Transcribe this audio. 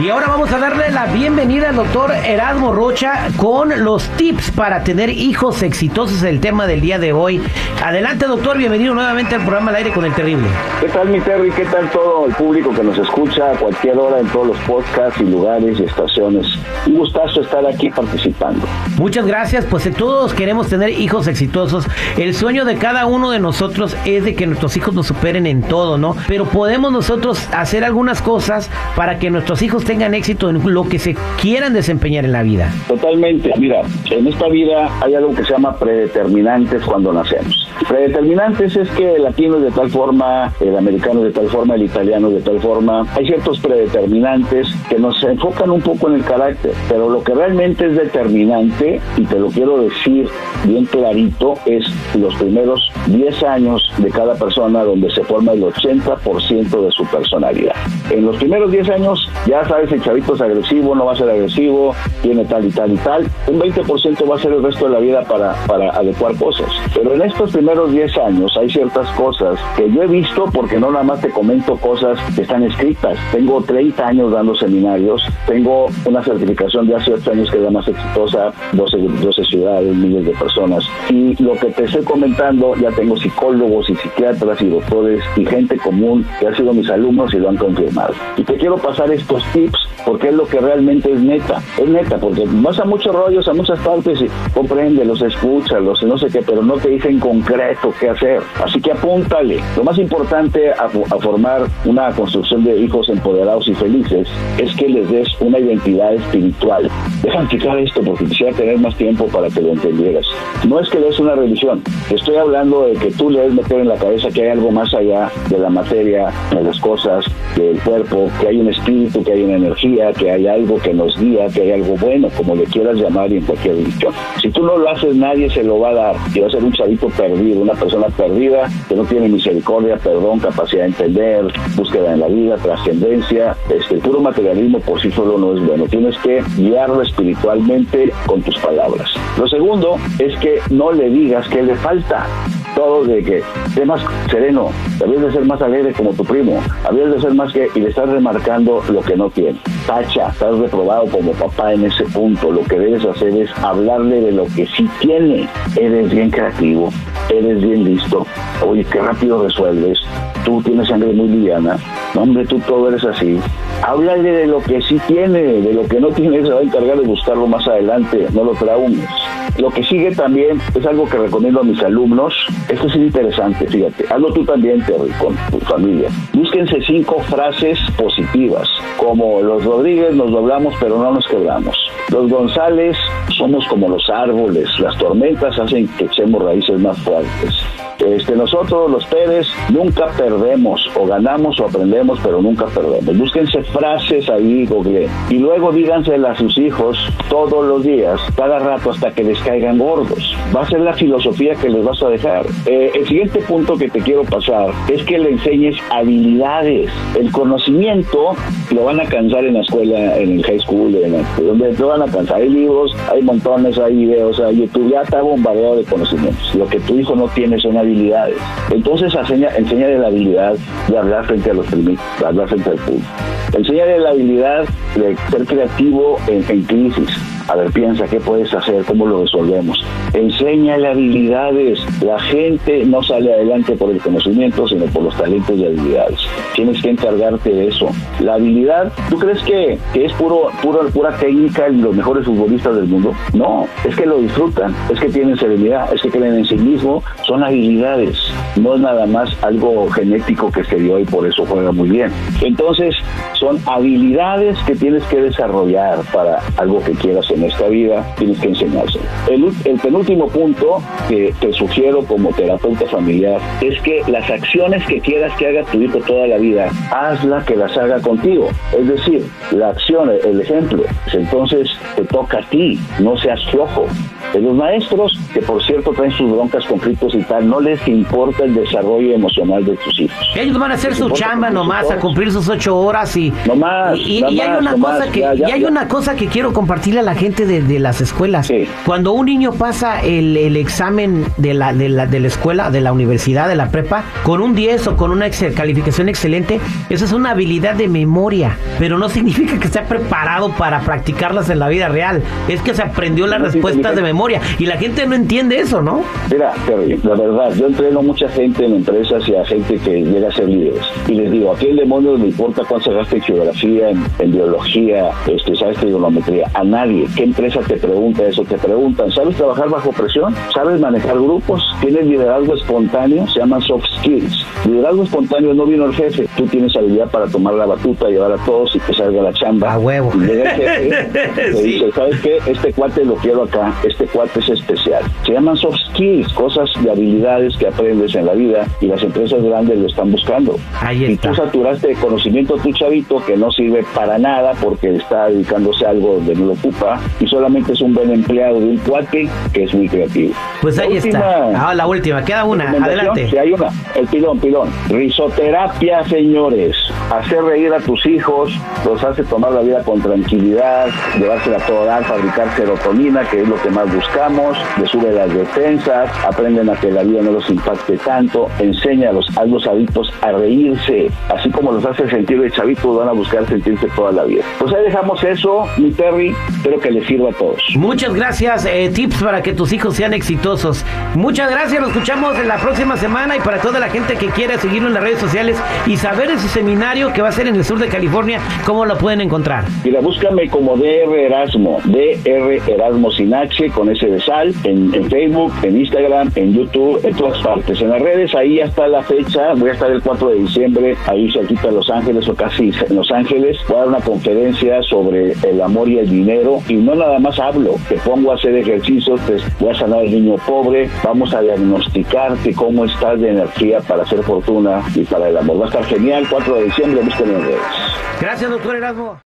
Y ahora vamos a darle la bienvenida al doctor Erasmo Rocha con los tips para tener hijos exitosos, el tema del día de hoy. Adelante, doctor, bienvenido nuevamente al programa Al Aire con el Terrible. ¿Qué tal, mi Terry? ¿Qué tal todo el público que nos escucha a cualquier hora en todos los podcasts y lugares y estaciones? Un gustazo estar aquí participando. Muchas gracias, pues todos queremos tener hijos exitosos. El sueño de cada uno de nosotros es de que nuestros hijos nos superen en todo, ¿no? Pero podemos nosotros hacer algunas cosas para que nuestros hijos tengan éxito en lo que se quieran desempeñar en la vida. Totalmente. Mira, en esta vida hay algo que se llama predeterminantes cuando nacemos. Predeterminantes es que el latino es de tal forma, el americano es de tal forma, el italiano es de tal forma. Hay ciertos predeterminantes que nos enfocan un poco en el carácter, pero lo que realmente es determinante, y te lo quiero decir bien clarito, es los primeros 10 años de cada persona donde se forma el 80% de su personalidad. En los primeros 10 años ya sabes si el chavito es agresivo, no va a ser agresivo, tiene tal y tal y tal. Un 20% va a ser el resto de la vida para adecuar cosas. Pero en estos primeros 10 años hay ciertas cosas que yo he visto, porque no nada más te comento cosas que están escritas. Tengo 30 años dando seminarios, tengo una certificación de hace 8 años que es la más exitosa, 12 ciudades, miles de personas. Y lo que te estoy comentando, ya tengo psicólogos y psiquiatras y doctores y gente común que han sido mis alumnos y lo han confirmado. Y te quiero pasar estos tips porque es lo que realmente es neta, porque vas a muchos rollos, a muchas partes y compréndelos, escúchalos y no sé qué, pero no te dicen en concreto qué hacer. Así que apúntale. Lo más importante a formar una construcción de hijos empoderados y felices es que les des una identidad espiritual. Déjame explicar esto porque quisiera tener más tiempo para que lo entendieras. No es que le des una religión, estoy hablando de que tú le des meter en la cabeza que hay algo más allá de la materia, de las cosas, del cuerpo, que hay un espíritu, que hay una energía, que hay algo que nos guía, que hay algo bueno, como le quieras llamar y en cualquier religión. Si tú no lo haces, nadie se lo va a dar y va a ser un chavito perdido, una persona perdida que no tiene misericordia, perdón, capacidad de entender, búsqueda en la vida, trascendencia. El puro materialismo por sí solo no es bueno. Tienes que guiarlo espiritualmente con tus palabras. Lo segundo es que no le digas qué le falta. Todo de que sé más sereno, habías de ser más alegre como tu primo, habías de ser más que, y le estás remarcando lo que no tiene. Tacha, estás reprobado como papá en ese punto. Lo que debes hacer es hablarle de lo que sí tiene. Eres bien creativo, eres bien listo, oye, qué rápido resuelves, tú tienes sangre muy liviana, no, hombre, tú todo eres así. Háblale de lo que sí tiene, de lo que no tiene, se va a encargar de buscarlo más adelante, no lo traumes. Lo que sigue también es algo que recomiendo a mis alumnos. Esto es interesante, fíjate. Hazlo tú también, Terry, con tu familia. Búsquense 5 frases positivas, como los Rodríguez nos doblamos pero no nos quebramos. Los González somos como los árboles, las tormentas hacen que echemos raíces más fuertes. Nosotros, los Pérez, nunca perdemos, o ganamos o aprendemos, pero nunca perdemos. Búsquense frases ahí, Google, y luego díganselas a sus hijos todos los días, cada rato, hasta que les caigan gordos. Va a ser la filosofía que les vas a dejar. El siguiente punto que te quiero pasar es que le enseñes habilidades. El conocimiento lo van a cansar en la escuela, en el high school, donde lo van a cansar. Hay libros, hay montones, hay videos, hay YouTube, ya está bombardeado de conocimientos. Lo que tu hijo no tiene son habilidades. Entonces enséñale la habilidad de hablar frente a los primitos, hablar frente al público. Enséñale la habilidad de ser creativo en crisis. A ver, piensa, ¿qué puedes hacer? ¿Cómo lo resolvemos? Enséñale habilidades. La gente no sale adelante por el conocimiento, sino por los talentos y habilidades. Tienes que encargarte de eso. La habilidad, ¿tú crees que es pura técnica y los mejores futbolistas del mundo? No, es que lo disfrutan, es que tienen serenidad, es que creen en sí mismo. Son habilidades, no es nada más algo genético que se dio y por eso juega muy bien. Entonces, son habilidades que tienes que desarrollar para algo que quieras en esta vida, tienes que enseñárselo. El penúltimo punto que te sugiero como terapeuta familiar es que las acciones que quieras que haga tu hijo toda la vida, hazla que las haga contigo. Es decir, la acción, el ejemplo. Entonces te toca a ti, no seas flojo. De los maestros, que por cierto traen sus broncas, conflictos y tal, no les importa el desarrollo emocional de tus hijos. Ellos van a hacer su chamba nomás, a cumplir sus 8 horas y hay una cosa que quiero compartirle a la gente de las escuelas. Sí. Cuando un niño pasa el examen de la escuela, de la universidad, de la prepa, con un 10 o con una calificación excelente, eso es una habilidad de memoria, pero no significa que esté preparado para practicarlas en la vida real. Es que se aprendió las respuestas de memoria y la gente no entiende eso, ¿no? Mira, Terry, la verdad, yo entreno mucha gente en empresas y a gente que llega a ser líderes. Y les digo, ¿a quién demonios le importa cuánto sacaste en geografía, en biología, sabes trigonometría? A nadie. ¿Qué empresa te pregunta eso? Te preguntan, ¿sabes trabajar bajo presión? ¿Sabes manejar grupos? ¿Tienes liderazgo espontáneo? Se llaman soft skills. Liderazgo espontáneo, no vino el jefe. Tú tienes habilidad para tomar la batuta, llevar a todos y que salga la chamba. A huevo. Y llega el jefe, te dice, ¿sabes qué? Este cuate lo quiero acá. Este cuate es especial. Se llaman soft skills, cosas de habilidades que aprendes en la vida y las empresas grandes lo están buscando. Ahí está. Y tú saturaste de conocimiento a tu chavito que no sirve para nada porque está dedicándose a algo donde no lo ocupa y solamente es un buen empleado de un cuate que es muy creativo. Pues ahí está. La última, queda una. Adelante. Si hay una, el pilón. Risoterapia, señores. Hacer reír a tus hijos, los hace tomar la vida con tranquilidad, llevársela a todo dar, fabricar serotonina, que es lo que más buscamos, les sube las defensas, aprenden a que la vida no los impacte tanto, enséñalos a los adictos a reírse, así como los hace sentir de chavitos, van a buscar sentirse toda la vida. Pues ahí dejamos eso, mi Terry, espero que les sirva a todos. Muchas gracias, tips para que tus hijos sean exitosos. Muchas gracias, nos escuchamos en la próxima semana y para toda la gente que quiera seguirlo en las redes sociales y saber de su seminario que va a ser en el sur de California, ¿cómo lo pueden encontrar? Mira, búscame como DR Erasmo sin H, con S de sal, en Facebook, en Instagram, en YouTube, en todas partes. En las redes, ahí ya está la fecha, voy a estar el 4 de diciembre, ahí cerquita de Los Ángeles, o casi en Los Ángeles, voy a dar una conferencia sobre el amor y el dinero, y no nada más hablo, te pongo a hacer ejercicios, te voy a sanar al niño pobre, vamos a diagnosticarte cómo estás de energía para hacer fortuna y para el amor. Va a estar genial, 4 de diciembre, búsquenme en redes. Gracias, doctor Erasmo.